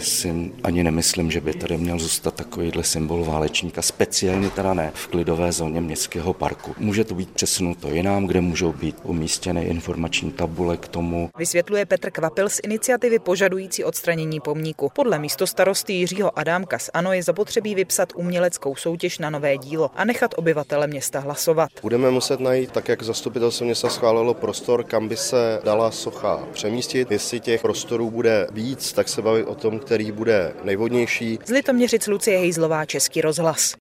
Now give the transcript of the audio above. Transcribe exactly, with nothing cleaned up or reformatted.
si ani nemyslím, že by tady měl zůstat takovýhle symbol válečníka, speciálně teda ne v klidové zóně městského parku. Může to být přesunuto jinam, kde můžou být umístěny informační tabule k tomu. Vysvětluje Petr Kvapil z iniciativy požadující odstranění pomníku. Podle místostarosty Jiřího Adámka z ANO je zapotřebí vypsat uměleckou soutěž na nové dílo a nechat obyvatele města hlasovat. Budeme muset najít, tak jak zastupitelstvo města schválilo prostor, kam by se dala socha přemístit. Jestli těch prostorů bude víc, tak se bavit o tom, který bude nejvhodnější. Z Litoměřic Lucie Hejzlová, Český rozhlas.